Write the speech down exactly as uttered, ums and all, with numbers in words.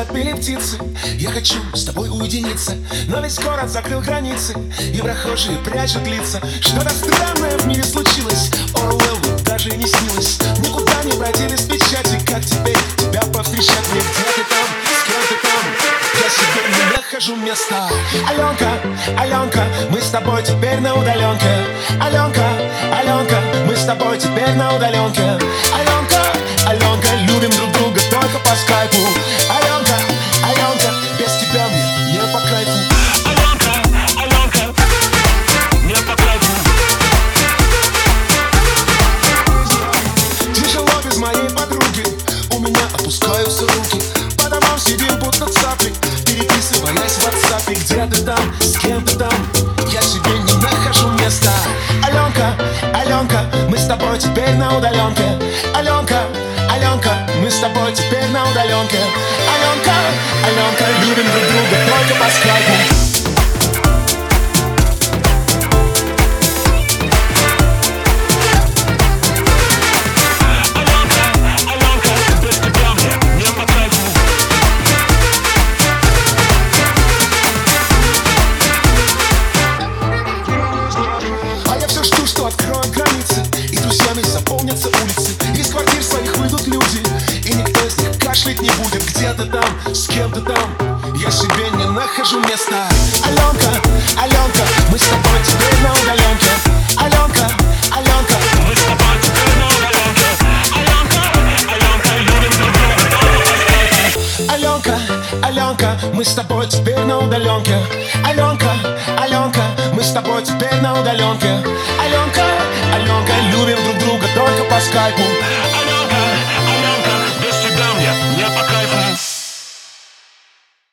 запели птицы. Я хочу с тобой уединиться, но весь город закрыл границы, и прохожие прячут лица. Что-то странное в мире случилось, Оруэллу даже и не снилось. Никуда не бродили с печати, как теперь тебя повстречать мне. Где ты там, с кем ты там? Я себе не нахожу места. Аленка, Аленка, мы с тобой теперь на удаленке. Аленка, Аленка, мы с тобой теперь на удаленке. Аленка, Аленка, любим друг друга только по скайпу. Аленка, Аленка, без тебя мне не по кайфу. Аленка, Аленка, не по кайфу. Тяжело без моей подруги, у меня опускаются руки. По домам сидим будто цапли, переписываясь в WhatsApp. Где ты там, с кем ты там? Я себе не нахожу места. Аленка, Аленка, мы с тобой теперь на удаленке. Аленка, Аленка, мы с тобой теперь на удаленке. Аленка, Аленка, любим друг друга только по скайпу. Откроют границы, и друзьями заполнятся улицы. Из квартир своих выйдут люди, и никто из них кашлять не будет. Где ты там, с кем ты там? Я себе не нахожу места. Аленка, Аленка, мы с тобой теперь на удаленке. Аленка, Аленка, Мы с тобой теперь на удаленке. Аленка, Аленка, любим друг друга. Аленка, Аленка, мы с тобой теперь на удаленке. Аленка, Аленка, мы с тобой теперь на удаленке. Аленка, Аленка, любим друг друга только по скайпу.